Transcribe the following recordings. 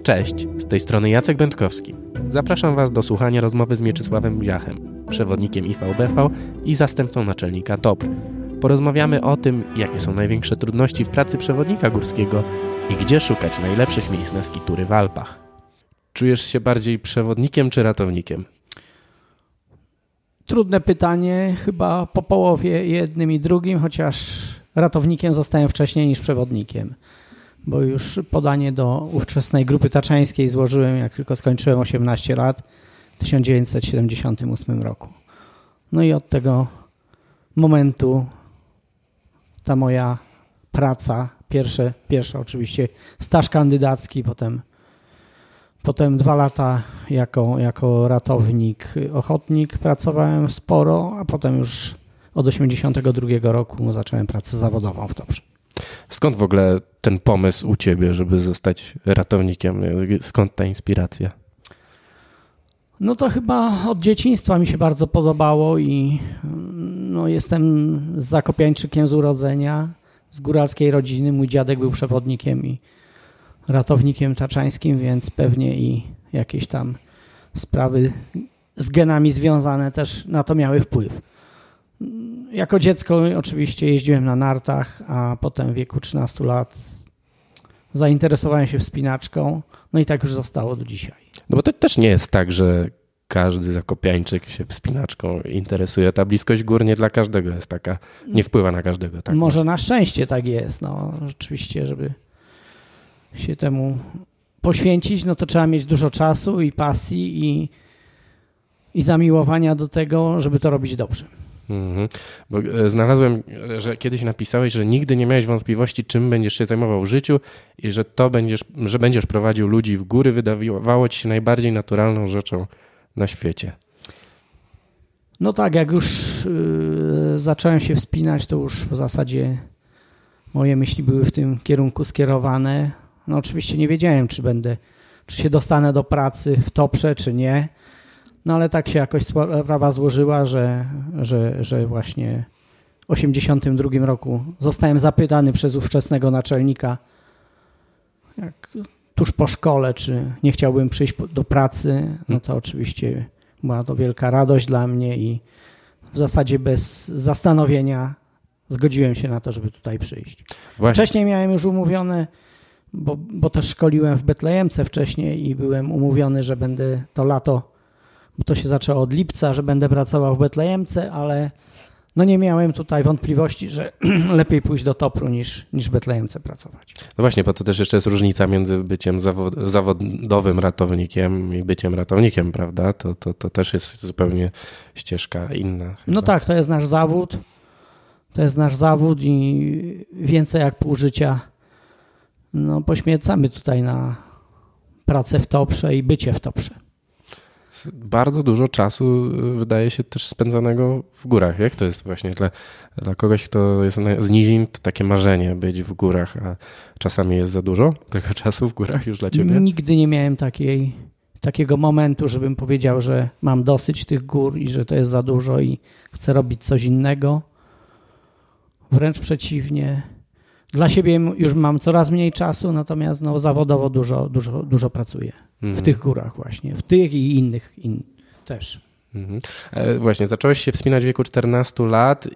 Cześć, z tej strony Jacek Będkowski. Zapraszam Was do słuchania rozmowy z Mieczysławem Dziachem, przewodnikiem IVBV i zastępcą naczelnika TOPR. Porozmawiamy o tym, jakie są największe trudności w pracy przewodnika górskiego i gdzie szukać najlepszych miejsc na skitury w Alpach. Czujesz się bardziej przewodnikiem czy ratownikiem? Trudne pytanie, chyba po połowie jednym i drugim, chociaż ratownikiem zostałem wcześniej niż przewodnikiem, bo już podanie do ówczesnej grupy taczańskiej złożyłem, jak tylko skończyłem 18 lat, w 1978 roku. No i od tego momentu ta moja praca, pierwsza oczywiście staż kandydacki, potem 2 lata jako ratownik, ochotnik pracowałem sporo, a potem już od 1982 roku zacząłem pracę zawodową w TOPR. Skąd w ogóle ten pomysł u Ciebie, żeby zostać ratownikiem? Skąd ta inspiracja? No to chyba od dzieciństwa mi się bardzo podobało i jestem zakopiańczykiem z urodzenia, z góralskiej rodziny. Mój dziadek był przewodnikiem i ratownikiem taczańskim, więc pewnie i jakieś tam sprawy z genami związane też na to miały wpływ. Jako dziecko oczywiście jeździłem na nartach, a potem w wieku 13 lat zainteresowałem się wspinaczką, no i tak już zostało do dzisiaj. No bo to też nie jest tak, że każdy zakopiańczyk się wspinaczką interesuje. Ta bliskość gór nie dla każdego jest taka, nie wpływa na każdego. Tak może na szczęście tak jest. No, rzeczywiście, żeby się temu poświęcić, no to trzeba mieć dużo czasu i pasji i zamiłowania do tego, żeby to robić dobrze. Bo znalazłem, że kiedyś napisałeś, że nigdy nie miałeś wątpliwości, czym będziesz się zajmował w życiu i że będziesz prowadził ludzi w góry, wydawało ci się najbardziej naturalną rzeczą na świecie. No tak, jak już zacząłem się wspinać, to już w zasadzie moje myśli były w tym kierunku skierowane. No oczywiście nie wiedziałem, czy się dostanę do pracy w TOPR-ze, czy nie. No ale tak się jakoś sprawa złożyła, że właśnie w 1982 roku zostałem zapytany przez ówczesnego naczelnika, tuż po szkole, czy nie chciałbym przyjść do pracy. No to oczywiście była to wielka radość dla mnie i w zasadzie bez zastanowienia zgodziłem się na to, żeby tutaj przyjść. Właśnie. Wcześniej miałem już umówione, bo też szkoliłem w Betlejemce wcześniej i byłem umówiony, że będę to lato, bo to się zaczęło od lipca, że będę pracował w Betlejemce, ale no nie miałem tutaj wątpliwości, że lepiej pójść do TOPR-u niż w Betlejemce pracować. No właśnie, bo to też jeszcze jest różnica między byciem zawodowym ratownikiem i byciem ratownikiem, prawda? To też jest zupełnie ścieżka inna. Chyba. No tak, to jest nasz zawód. To jest nasz zawód i więcej jak pół życia poświęcamy tutaj na pracę w TOPR-ze i bycie w TOPR-ze. Bardzo dużo czasu wydaje się też spędzanego w górach. Jak to jest właśnie dla kogoś, kto jest z nizin, to takie marzenie być w górach, a czasami jest za dużo tego czasu w górach już dla Ciebie? Nigdy nie miałem takiego momentu, żebym powiedział, że mam dosyć tych gór i że to jest za dużo i chcę robić coś innego. Wręcz przeciwnie. Dla siebie już mam coraz mniej czasu, natomiast zawodowo dużo pracuję w tych górach właśnie, w tych i innych też. Właśnie, zacząłeś się wspinać w wieku 14 lat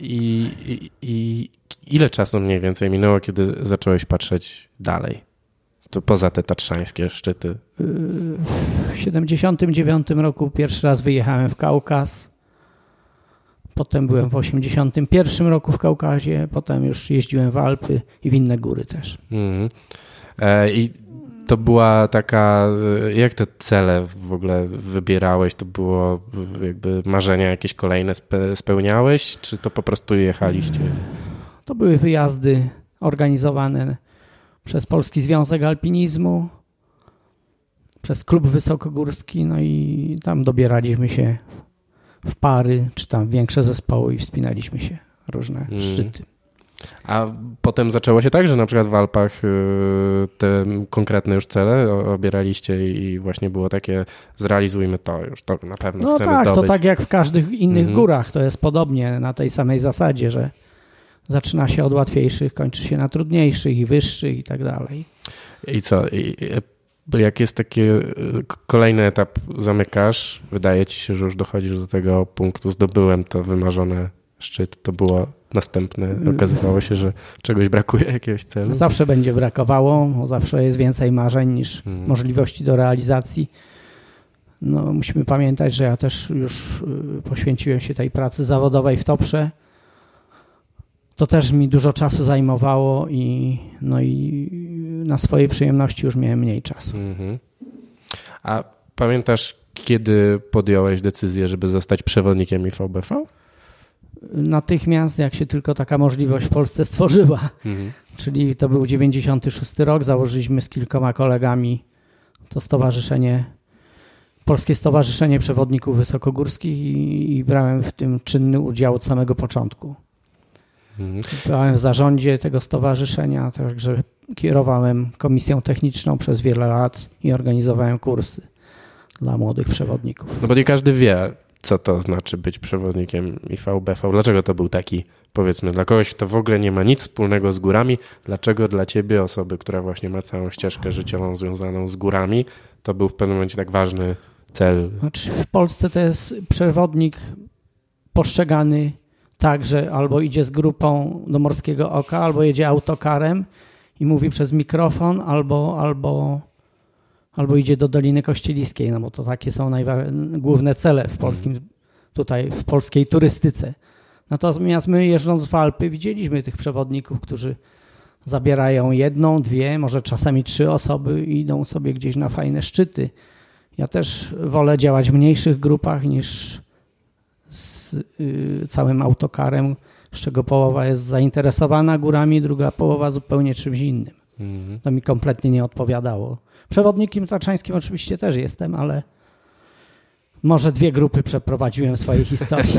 i ile czasu mniej więcej minęło, kiedy zacząłeś patrzeć dalej? To poza te tatrzańskie szczyty. W 1979 roku pierwszy raz wyjechałem w Kaukaz. Potem byłem w 1981 roku w Kaukazie, potem już jeździłem w Alpy i w inne góry też. I to była taka, jak te cele w ogóle wybierałeś? To było jakby marzenia jakieś kolejne spełniałeś, czy to po prostu jechaliście? To były wyjazdy organizowane przez Polski Związek Alpinizmu, przez Klub Wysokogórski, no i tam dobieraliśmy się w pary, czy tam większe zespoły i wspinaliśmy się różne szczyty. A potem zaczęło się tak, że na przykład w Alpach te konkretne już cele obieraliście i właśnie było takie, zrealizujmy to już, to na pewno chcemy zdobyć. To tak jak w każdych innych górach, to jest podobnie na tej samej zasadzie, że zaczyna się od łatwiejszych, kończy się na trudniejszych i wyższych i tak dalej. I co? Bo jak jest taki kolejny etap, zamykasz, wydaje ci się, że już dochodzisz do tego punktu, zdobyłem to wymarzone szczyt, to było następne. Okazywało się, że czegoś brakuje, jakiegoś celu. Zawsze będzie brakowało, bo zawsze jest więcej marzeń niż możliwości do realizacji. No, musimy pamiętać, że ja też już poświęciłem się tej pracy zawodowej w Toprze. To też mi dużo czasu zajmowało i na swoje przyjemności już miałem mniej czasu. A pamiętasz, kiedy podjąłeś decyzję, żeby zostać przewodnikiem IVBV? Natychmiast, jak się tylko taka możliwość w Polsce stworzyła. Czyli to był 96 rok, założyliśmy z kilkoma kolegami to stowarzyszenie, Polskie Stowarzyszenie Przewodników Wysokogórskich i brałem w tym czynny udział od samego początku. Byłem w zarządzie tego stowarzyszenia, także kierowałem komisją techniczną przez wiele lat i organizowałem kursy dla młodych przewodników. No bo nie każdy wie, co to znaczy być przewodnikiem IVBV. Dlaczego to był taki, powiedzmy, dla kogoś, kto w ogóle nie ma nic wspólnego z górami, dlaczego dla ciebie, osoby, która właśnie ma całą ścieżkę życiową związaną z górami, to był w pewnym momencie tak ważny cel? Znaczy w Polsce to jest przewodnik postrzegany tak, że albo idzie z grupą do Morskiego Oka, albo jedzie autokarem i mówi przez mikrofon, albo idzie do Doliny Kościeliskiej, no bo to takie są główne cele w w polskiej turystyce. Natomiast my, jeżdżąc w Alpy, widzieliśmy tych przewodników, którzy zabierają 1, 2, może czasami 3 osoby i idą sobie gdzieś na fajne szczyty. Ja też wolę działać w mniejszych grupach niż z całym autokarem, z czego połowa jest zainteresowana górami, druga połowa zupełnie czymś innym. To mi kompletnie nie odpowiadało. Przewodnikiem tatrzańskim oczywiście też jestem, ale może 2 grupy przeprowadziłem w swojej historii.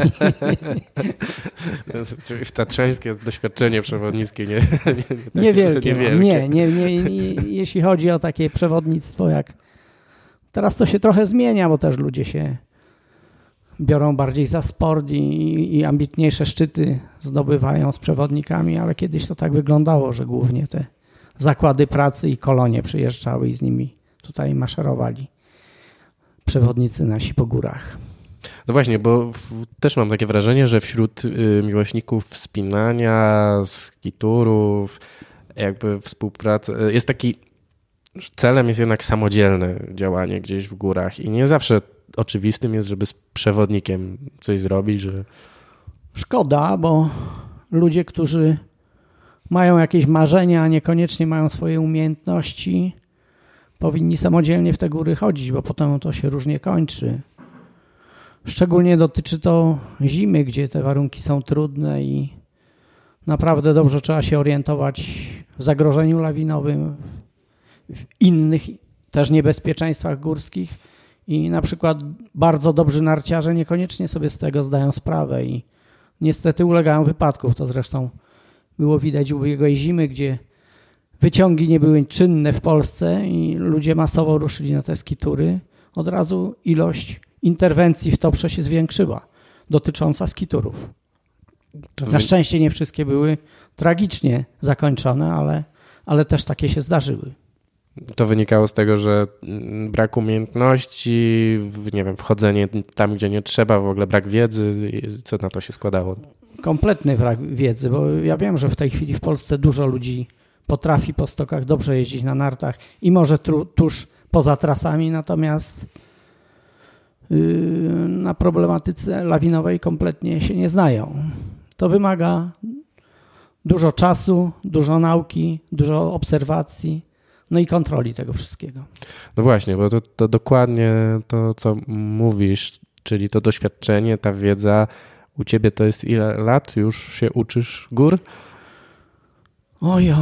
W tatrzańskie doświadczenie przewodnickie niewielkie. Nie. Jeśli chodzi o takie przewodnictwo, jak teraz to się trochę zmienia, bo też ludzie się biorą bardziej za sport i ambitniejsze szczyty zdobywają z przewodnikami, ale kiedyś to tak wyglądało, że głównie te zakłady pracy i kolonie przyjeżdżały i z nimi tutaj maszerowali przewodnicy nasi po górach. No właśnie, bo też mam takie wrażenie, że wśród miłośników wspinania, skiturów, jakby współpracy, jest taki, celem jest jednak samodzielne działanie gdzieś w górach i nie zawsze oczywistym jest, żeby z przewodnikiem coś zrobić, że... Szkoda, bo ludzie, którzy mają jakieś marzenia, a niekoniecznie mają swoje umiejętności, powinni samodzielnie w te góry chodzić, bo potem to się różnie kończy. Szczególnie dotyczy to zimy, gdzie te warunki są trudne i naprawdę dobrze trzeba się orientować w zagrożeniu lawinowym, w innych też niebezpieczeństwach górskich i na przykład bardzo dobrzy narciarze niekoniecznie sobie z tego zdają sprawę i niestety ulegają wypadków. To zresztą było widać ubiegłej zimy, gdzie wyciągi nie były czynne w Polsce i ludzie masowo ruszyli na te skitury. Od razu ilość interwencji w Toprze się zwiększyła dotycząca skiturów. Na szczęście nie wszystkie były tragicznie zakończone, ale też takie się zdarzyły. To wynikało z tego, że brak umiejętności, nie wiem, wchodzenie tam, gdzie nie trzeba, w ogóle brak wiedzy. Co na to się składało? Kompletny brak wiedzy, bo ja wiem, że w tej chwili w Polsce dużo ludzi potrafi po stokach dobrze jeździć na nartach i może tuż poza trasami, natomiast na problematyce lawinowej kompletnie się nie znają. To wymaga dużo czasu, dużo nauki, dużo obserwacji, no i kontroli tego wszystkiego. No właśnie, bo to dokładnie to, co mówisz, czyli to doświadczenie, ta wiedza. U ciebie to jest ile lat już się uczysz gór? Oj.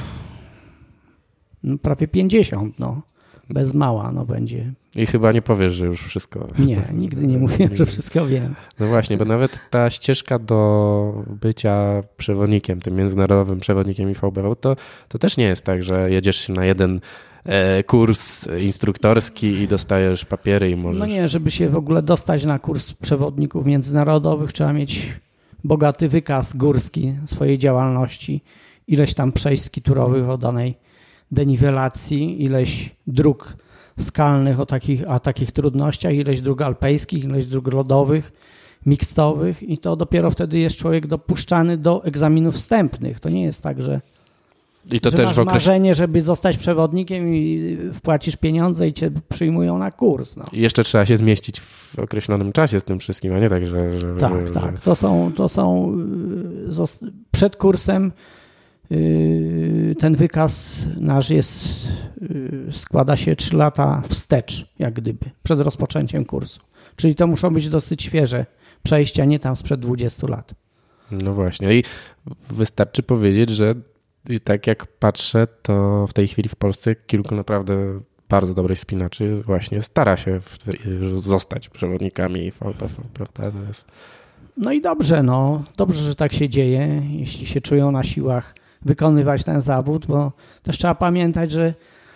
No, prawie 50, no. Bez mała, no będzie. I chyba nie powiesz, że już wszystko... Nie, nigdy nie mówiłem, że wszystko wiem. No właśnie, bo nawet ta ścieżka do bycia przewodnikiem, tym międzynarodowym przewodnikiem IVBV, to też nie jest tak, że jedziesz się na jeden kurs instruktorski i dostajesz papiery i możesz... No nie, żeby się w ogóle dostać na kurs przewodników międzynarodowych, trzeba mieć bogaty wykaz górski swojej działalności, ileś tam przejść skiturowych o deniwelacji, ileś dróg skalnych o takich trudnościach, ileś dróg alpejskich, ileś dróg lodowych, mikstowych i to dopiero wtedy jest człowiek dopuszczany do egzaminów wstępnych. To nie jest tak, że I to że też masz marzenie, żeby zostać przewodnikiem i wpłacisz pieniądze i cię przyjmują na kurs. No. I jeszcze trzeba się zmieścić w określonym czasie z tym wszystkim, a nie tak, że... Tak. To są przed kursem ten wykaz nasz składa się 3 lata wstecz, jak gdyby, przed rozpoczęciem kursu. Czyli to muszą być dosyć świeże przejścia, nie tam sprzed 20 lat. No właśnie. I wystarczy powiedzieć, że tak jak patrzę, to w tej chwili w Polsce kilku naprawdę bardzo dobrych wspinaczy właśnie stara się zostać przewodnikami VPV, prawda? To jest... No i dobrze, dobrze, że tak się dzieje, jeśli się czują na siłach wykonywać ten zawód, bo też trzeba pamiętać, że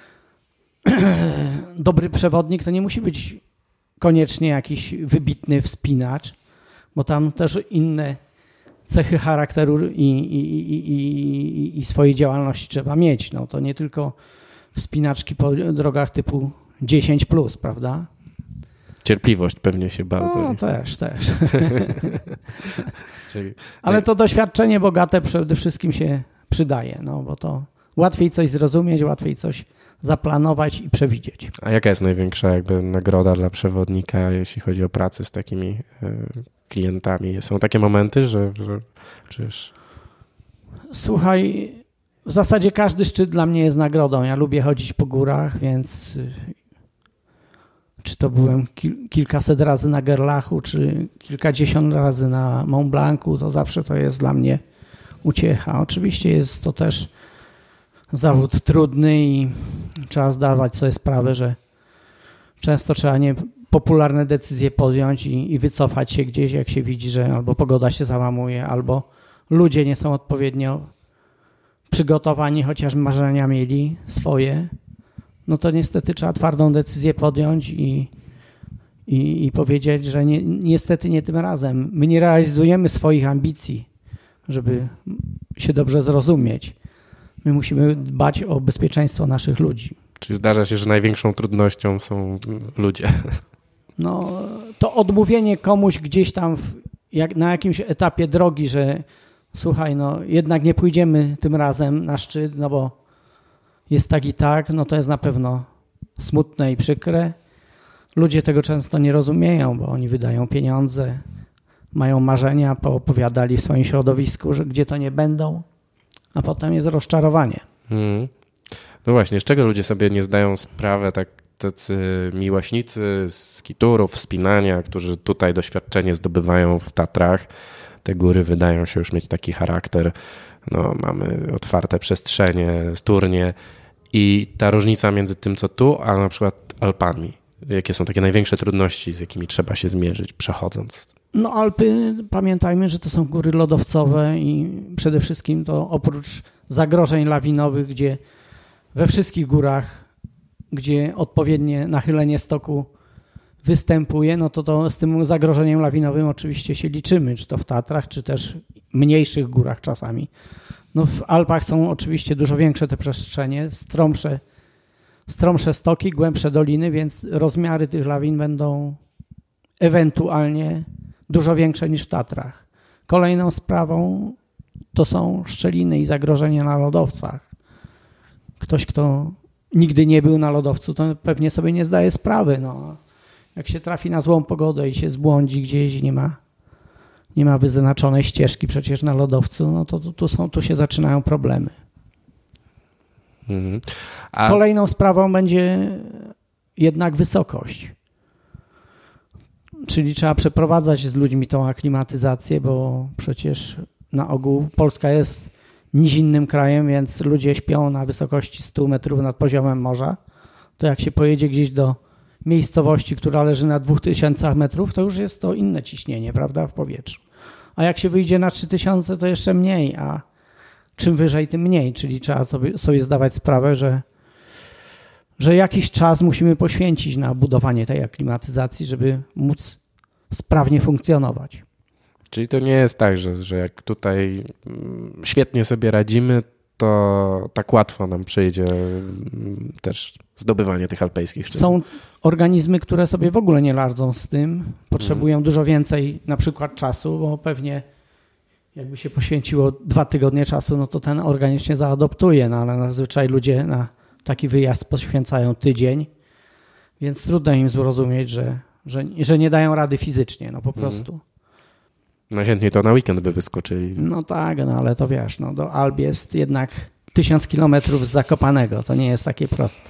dobry przewodnik to nie musi być koniecznie jakiś wybitny wspinacz, bo tam też inne cechy charakteru i swojej działalności trzeba mieć. No, to nie tylko wspinaczki po drogach typu 10+, prawda? Cierpliwość pewnie się bardzo... No, też. Ale to doświadczenie bogate przede wszystkim się przydaje, no, bo to łatwiej coś zrozumieć, łatwiej coś zaplanować i przewidzieć. A jaka jest największa jakby nagroda dla przewodnika, jeśli chodzi o pracę z takimi klientami? Są takie momenty, że przecież... Słuchaj, w zasadzie każdy szczyt dla mnie jest nagrodą. Ja lubię chodzić po górach, więc czy to byłem kilkaset razy na Gerlachu, czy kilkadziesiąt razy na Mont Blancu, to zawsze to jest dla mnie uciecha. Oczywiście jest to też zawód trudny i trzeba zdawać sobie sprawę, że często trzeba niepopularne decyzje podjąć i wycofać się gdzieś, jak się widzi, że albo pogoda się załamuje, albo ludzie nie są odpowiednio przygotowani, chociaż marzenia mieli swoje. No to niestety trzeba twardą decyzję podjąć i powiedzieć, że niestety nie tym razem. My nie realizujemy swoich ambicji, żeby się dobrze zrozumieć. My musimy dbać o bezpieczeństwo naszych ludzi. Czyli zdarza się, że największą trudnością są ludzie. No to odmówienie komuś gdzieś tam na jakimś etapie drogi, że słuchaj, jednak nie pójdziemy tym razem na szczyt, bo jest tak i tak, to jest na pewno smutne i przykre. Ludzie tego często nie rozumieją, bo oni wydają pieniądze, mają marzenia, poopowiadali w swoim środowisku, że gdzie to nie będą, a potem jest rozczarowanie. No właśnie, z czego ludzie sobie nie zdają sprawy, tacy miłośnicy skiturów, wspinania, którzy tutaj doświadczenie zdobywają w Tatrach. Te góry wydają się już mieć taki charakter, mamy otwarte przestrzenie, turnie i ta różnica między tym, co tu, a na przykład Alpami. Jakie są takie największe trudności, z jakimi trzeba się zmierzyć przechodząc? Alpy, pamiętajmy, że to są góry lodowcowe i przede wszystkim to oprócz zagrożeń lawinowych, gdzie we wszystkich górach, gdzie odpowiednie nachylenie stoku występuje, to z tym zagrożeniem lawinowym oczywiście się liczymy, czy to w Tatrach, czy też mniejszych górach czasami. W Alpach są oczywiście dużo większe te przestrzenie, stromsze stoki, głębsze doliny, więc rozmiary tych lawin będą ewentualnie dużo większe niż w Tatrach. Kolejną sprawą to są szczeliny i zagrożenia na lodowcach. Ktoś, kto nigdy nie był na lodowcu, to pewnie sobie nie zdaje sprawy. Jak się trafi na złą pogodę i się zbłądzi gdzieś i nie ma wyznaczonej ścieżki przecież na lodowcu, tu się zaczynają problemy. Kolejną sprawą będzie jednak wysokość. Czyli trzeba przeprowadzać z ludźmi tą aklimatyzację, bo przecież na ogół Polska jest nizinnym krajem, więc ludzie śpią na wysokości 100 metrów nad poziomem morza. To jak się pojedzie gdzieś do miejscowości, która leży na 2000 metrów, to już jest to inne ciśnienie, prawda, w powietrzu. A jak się wyjdzie na 3000, to jeszcze mniej, a czym wyżej, tym mniej. Czyli trzeba sobie zdawać sprawę, że jakiś czas musimy poświęcić na budowanie tej aklimatyzacji, żeby móc sprawnie funkcjonować. Czyli to nie jest tak, że jak tutaj świetnie sobie radzimy, to tak łatwo nam przyjdzie też zdobywanie tych alpejskich szczytów. Są organizmy, które sobie w ogóle nie radzą z tym, potrzebują dużo więcej na przykład czasu, bo pewnie jakby się poświęciło 2 tygodnie czasu, no to ten organizm się zaadoptuje, no ale zazwyczaj ludzie na taki wyjazd poświęcają tydzień, więc trudno im zrozumieć, że nie dają rady fizycznie, no po prostu. Najchętniej to na weekend by wyskoczyli. No tak, no ale to wiesz, no do Alp jest jednak 1000 kilometrów z Zakopanego, to nie jest takie proste.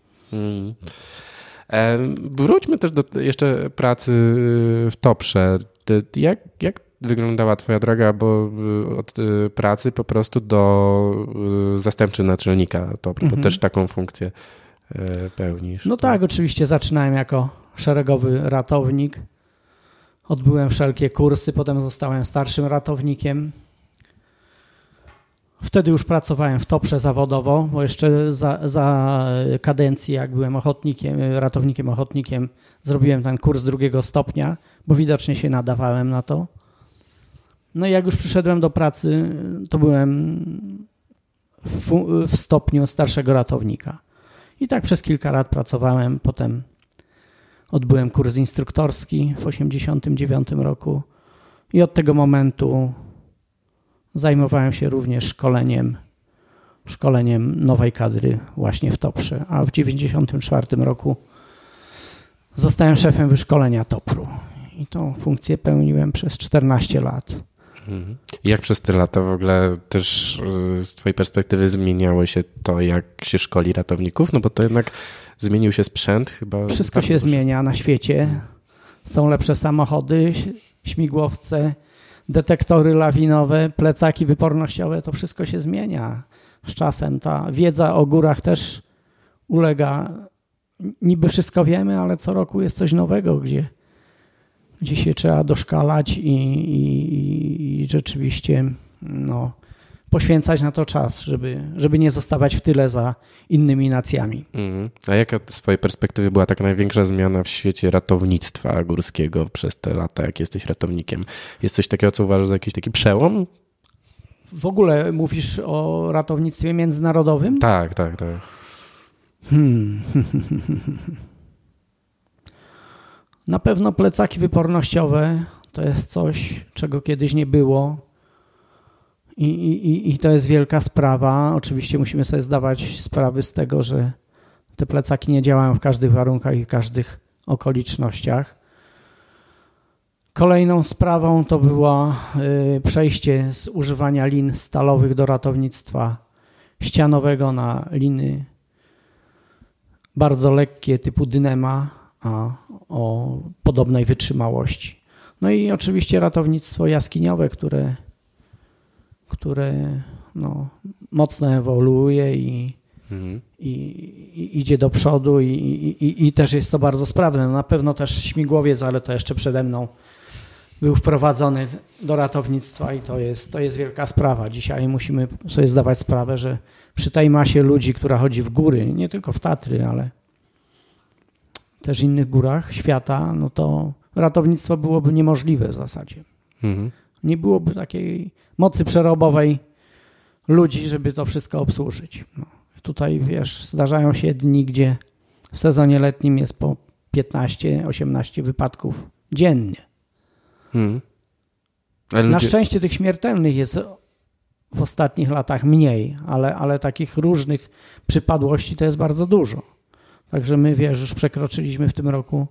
Wróćmy też do jeszcze pracy w Toprze. Jak wyglądała twoja droga, bo od pracy po prostu do zastępcy naczelnika Topru, bo też taką funkcję pełnisz. No tak, oczywiście zaczynałem jako szeregowy ratownik. Odbyłem wszelkie kursy, potem zostałem starszym ratownikiem. Wtedy już pracowałem w Toprze zawodowo, bo jeszcze za kadencji, jak byłem ratownikiem ochotnikiem, zrobiłem ten kurs 2. stopnia, bo widocznie się nadawałem na to. No i jak już przyszedłem do pracy, to byłem w stopniu starszego ratownika. I tak przez kilka lat pracowałem, potem odbyłem kurs instruktorski w 1989 roku i od tego momentu zajmowałem się również szkoleniem nowej kadry właśnie w Toprze, a w 1994 roku zostałem szefem wyszkolenia Topru i tą funkcję pełniłem przez 14 lat. Jak przez te lata w ogóle też z twojej perspektywy zmieniało się to, jak się szkoli ratowników? No bo to jednak zmienił się sprzęt chyba. Wszystko się zmienia na świecie. Są lepsze samochody, śmigłowce, detektory lawinowe, plecaki wypornościowe. To wszystko się zmienia z czasem. Ta wiedza o górach też ulega. Niby wszystko wiemy, ale co roku jest coś nowego, gdzie się trzeba doszkalać i rzeczywiście poświęcać na to czas, żeby nie zostawać w tyle za innymi nacjami. A jaka z twojej perspektywy była taka największa zmiana w świecie ratownictwa górskiego przez te lata, jak jesteś ratownikiem? Jest coś takiego, co uważasz za jakiś taki przełom? W ogóle mówisz o ratownictwie międzynarodowym? Tak. Na pewno plecaki wypornościowe to jest coś, czego kiedyś nie było i to jest wielka sprawa. Oczywiście musimy sobie zdawać sprawę z tego, że te plecaki nie działają w każdych warunkach i w każdych okolicznościach. Kolejną sprawą to było przejście z używania lin stalowych do ratownictwa ścianowego na liny bardzo lekkie typu Dynema, a o podobnej wytrzymałości. No i oczywiście ratownictwo jaskiniowe, które mocno ewoluuje i idzie do przodu i też jest to bardzo sprawne. No na pewno też śmigłowiec, ale to jeszcze przede mną był wprowadzony do ratownictwa i to jest wielka sprawa. Dzisiaj musimy sobie zdawać sprawę, że przy tej masie ludzi, która chodzi w góry, nie tylko w Tatry, ale też w innych górach świata, no to ratownictwo byłoby niemożliwe w zasadzie. Nie byłoby takiej mocy przerobowej ludzi, żeby to wszystko obsłużyć. No. Tutaj, wiesz, zdarzają się dni, gdzie w sezonie letnim jest po 15-18 wypadków dziennie. Na szczęście tych śmiertelnych jest w ostatnich latach mniej, ale takich różnych przypadłości to jest bardzo dużo. Także my, wiesz, już przekroczyliśmy w tym roku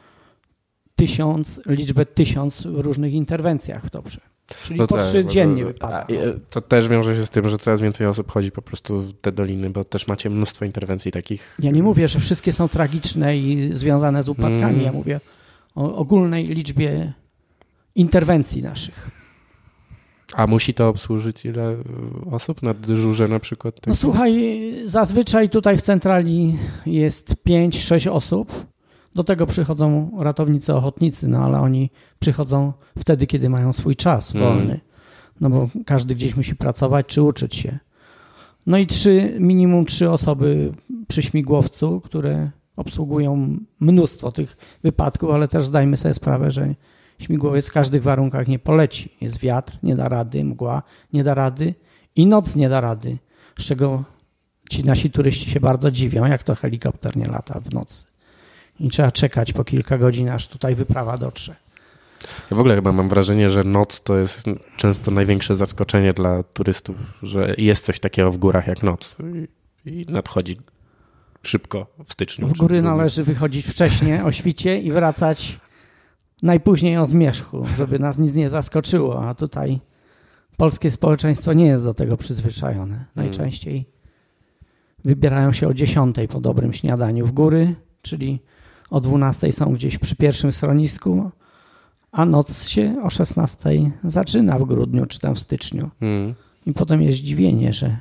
liczbę 1000 w różnych interwencjach w Toprze. Czyli po 3 dziennie wypada. To też wiąże się z tym, że coraz więcej osób chodzi po prostu w te doliny, bo też macie mnóstwo interwencji takich. Ja nie mówię, że wszystkie są tragiczne i związane z upadkami. Ja mówię o ogólnej liczbie interwencji naszych. A musi to obsłużyć ile osób na dyżurze na przykład? No słuchaj, zazwyczaj tutaj w centrali jest 5-6 osób. Do tego przychodzą ratownicy ochotnicy, no ale oni przychodzą wtedy, kiedy mają swój czas wolny. No bo każdy gdzieś musi pracować czy uczyć się. No i minimum 3 osoby przy śmigłowcu, które obsługują mnóstwo tych wypadków, ale też zdajmy sobie sprawę, że śmigłowiec w każdych warunkach nie poleci. Jest wiatr, nie da rady, mgła, nie da rady i noc nie da rady. z czego ci nasi turyści się bardzo dziwią, jak to helikopter nie lata w nocy. I trzeba czekać po kilka godzin, aż tutaj wyprawa dotrze. Ja w ogóle chyba mam wrażenie, że noc to jest często największe zaskoczenie dla turystów, że jest coś takiego w górach jak noc i nadchodzi szybko w styczniu. W góry należy wychodzić wcześnie o świcie i wracać najpóźniej o zmierzchu, żeby nas nic nie zaskoczyło, a tutaj polskie społeczeństwo nie jest do tego przyzwyczajone. Najczęściej wybierają się o 10 po dobrym śniadaniu w góry, czyli o 12 są gdzieś przy pierwszym schronisku, a noc się o 16 zaczyna w grudniu czy tam w styczniu. I potem jest zdziwienie, że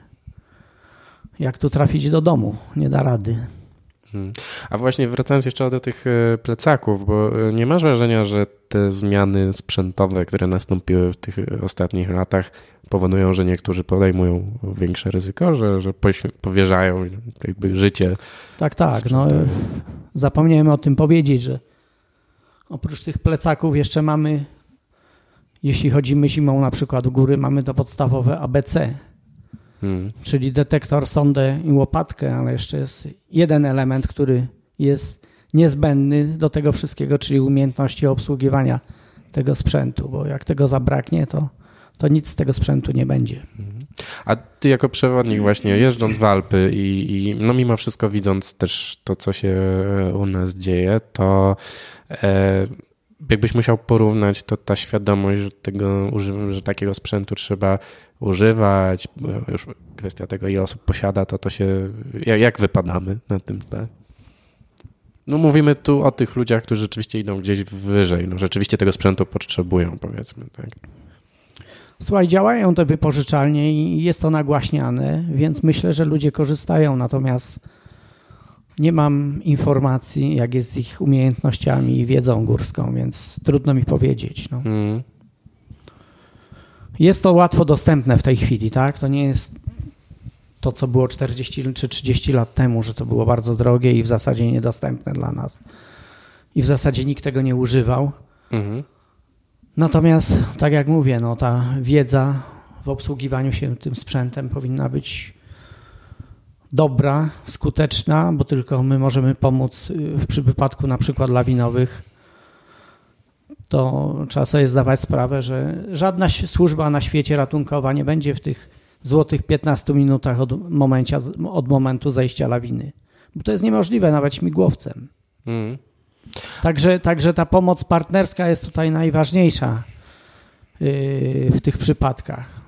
jak tu trafić do domu, nie da rady. A właśnie wracając jeszcze do tych plecaków, bo nie masz wrażenia, że te zmiany sprzętowe, które nastąpiły w tych ostatnich latach, powodują, że niektórzy podejmują większe ryzyko, że powierzają jakby życie? Tak. No, zapomniałem o tym powiedzieć, że oprócz tych plecaków jeszcze mamy, jeśli chodzimy zimą na przykład w góry, mamy to podstawowe ABC, czyli detektor, sondę i łopatkę, ale jeszcze jest jeden element, który jest niezbędny do tego wszystkiego, czyli umiejętności obsługiwania tego sprzętu, bo jak tego zabraknie, to nic z tego sprzętu nie będzie. A ty jako przewodnik właśnie jeżdżąc w Alpy i no mimo wszystko widząc też to, co się u nas dzieje, to jakbyś musiał porównać, to ta świadomość, że takiego sprzętu trzeba używać, już kwestia tego, ile osób posiada, to się, jak wypadamy na tym tle? No mówimy tu o tych ludziach, którzy rzeczywiście idą gdzieś wyżej, no rzeczywiście tego sprzętu potrzebują, powiedzmy, tak. Słuchaj, działają te wypożyczalnie i jest to nagłaśniane, więc myślę, że ludzie korzystają, natomiast nie mam informacji, jak jest z ich umiejętnościami i wiedzą górską, więc trudno mi powiedzieć. No. Jest to łatwo dostępne w tej chwili, tak? To nie jest to, co było 40 czy 30 lat temu, że to było bardzo drogie i w zasadzie niedostępne dla nas. I w zasadzie nikt tego nie używał. Natomiast, tak jak mówię, no, ta wiedza w obsługiwaniu się tym sprzętem powinna być dobra, skuteczna, bo tylko my możemy pomóc przy wypadku na przykład lawinowych. To trzeba sobie zdawać sprawę, że żadna służba na świecie ratunkowa nie będzie w tych złotych 15 minutach od momentu zejścia lawiny. Bo to jest niemożliwe nawet śmigłowcem. Także ta pomoc partnerska jest tutaj najważniejsza w tych przypadkach.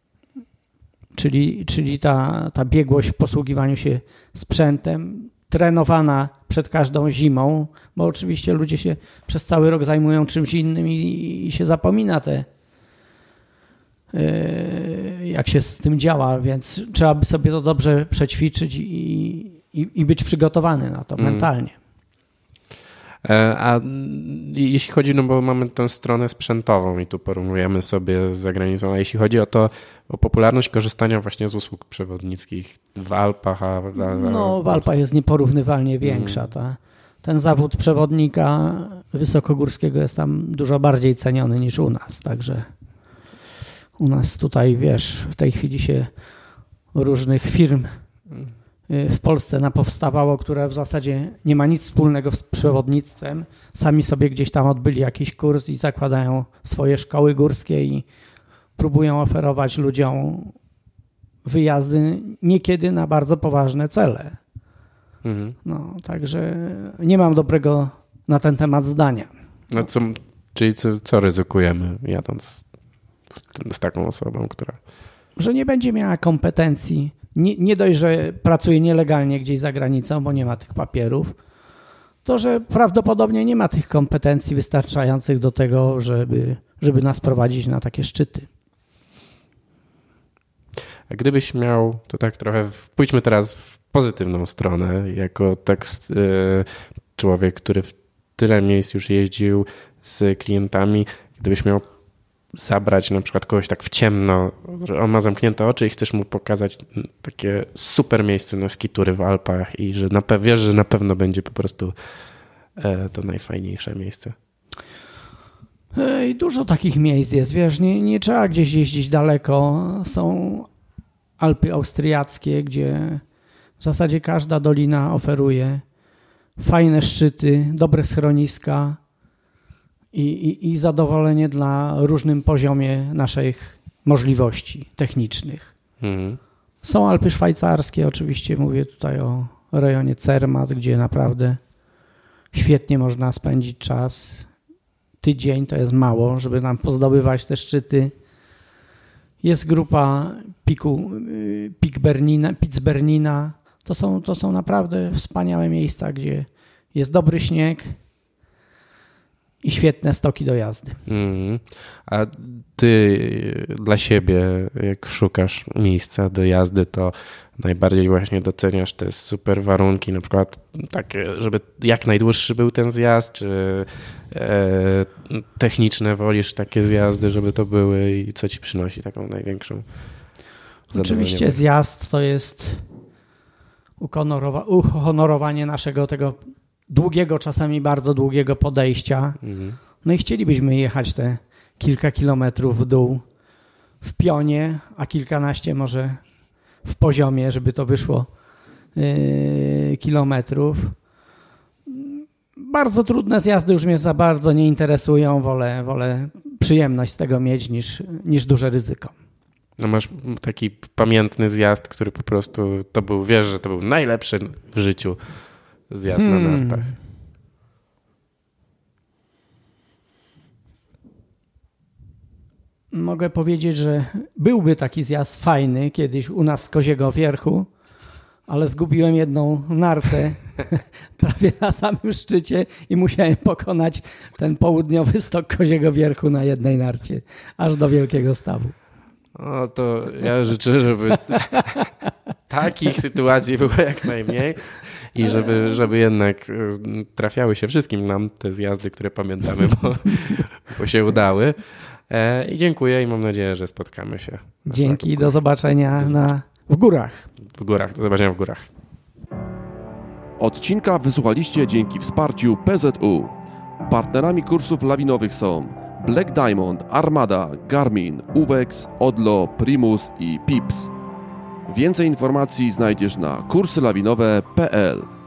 Czyli ta biegłość w posługiwaniu się sprzętem, trenowana przed każdą zimą, bo oczywiście ludzie się przez cały rok zajmują czymś innym i się zapomina jak się z tym działa, więc trzeba by sobie to dobrze przećwiczyć i być przygotowany na to mentalnie. A jeśli chodzi, no bo mamy tę stronę sprzętową i tu porównujemy sobie z zagranicą, a jeśli chodzi o popularność korzystania właśnie z usług przewodnickich w Alpach, w Alpach jest nieporównywalnie większa. Ten zawód przewodnika wysokogórskiego jest tam dużo bardziej ceniony niż u nas, także u nas tutaj, wiesz, w tej chwili się różnych firm w Polsce napowstawało, które w zasadzie nie ma nic wspólnego z przewodnictwem. Sami sobie gdzieś tam odbyli jakiś kurs i zakładają swoje szkoły górskie i próbują oferować ludziom wyjazdy niekiedy na bardzo poważne cele. No, także nie mam dobrego na ten temat zdania. No czyli co ryzykujemy jadąc z taką osobą, która... Że nie będzie miała kompetencji. Nie dość, że pracuje nielegalnie gdzieś za granicą, bo nie ma tych papierów, to że prawdopodobnie nie ma tych kompetencji wystarczających do tego, żeby nas prowadzić na takie szczyty. A gdybyś miał, to tak trochę, pójdźmy teraz w pozytywną stronę, jako człowiek, który w tyle miejsc już jeździł z klientami, gdybyś miał zabrać na przykład kogoś tak w ciemno, że on ma zamknięte oczy i chcesz mu pokazać takie super miejsce na skitury w Alpach i że wiesz, że na pewno będzie po prostu to najfajniejsze miejsce. I dużo takich miejsc jest, wiesz, nie trzeba gdzieś jeździć daleko. Są Alpy austriackie, gdzie w zasadzie każda dolina oferuje fajne szczyty, dobre schroniska i zadowolenie na różnym poziomie naszych możliwości technicznych. Są Alpy szwajcarskie, oczywiście mówię tutaj o rejonie Zermatt, gdzie naprawdę świetnie można spędzić czas. Tydzień to jest mało, żeby nam pozdobywać te szczyty. Jest grupa Spitsbernina. To są naprawdę wspaniałe miejsca, gdzie jest dobry śnieg i świetne stoki do jazdy. A ty dla siebie, jak szukasz miejsca do jazdy, to najbardziej właśnie doceniasz te super warunki, na przykład takie, żeby jak najdłuższy był ten zjazd, czy techniczne wolisz takie zjazdy, żeby to były i co ci przynosi taką największą Oczywiście zjazd to jest uhonorowanie naszego tego długiego, czasami bardzo długiego podejścia. No i chcielibyśmy jechać te kilka kilometrów w dół w pionie, a kilkanaście może w poziomie, żeby to wyszło kilometrów. Bardzo trudne zjazdy już mnie za bardzo nie interesują. Wolę przyjemność z tego mieć niż duże ryzyko. No masz taki pamiętny zjazd, który po prostu wiesz, że to był najlepszy w życiu zjazd na nartach. Mogę powiedzieć, że byłby taki zjazd fajny kiedyś u nas z Koziego Wierchu, ale zgubiłem jedną nartę prawie na samym szczycie i musiałem pokonać ten południowy stok Koziego Wierchu na jednej narcie, aż do Wielkiego Stawu. O, to ja życzę, żeby takich sytuacji było jak najmniej i żeby jednak trafiały się wszystkim nam te zjazdy, które pamiętamy, bo się udały. I dziękuję i mam nadzieję, że spotkamy się. Dzięki, do zobaczenia w górach. Do zobaczenia w górach. Odcinka wysłuchaliście dzięki wsparciu PZU. Partnerami kursów lawinowych są Black Diamond, Armada, Garmin, Uvex, Odlo, Primus i Pips. Więcej informacji znajdziesz na kurslawinowe.pl.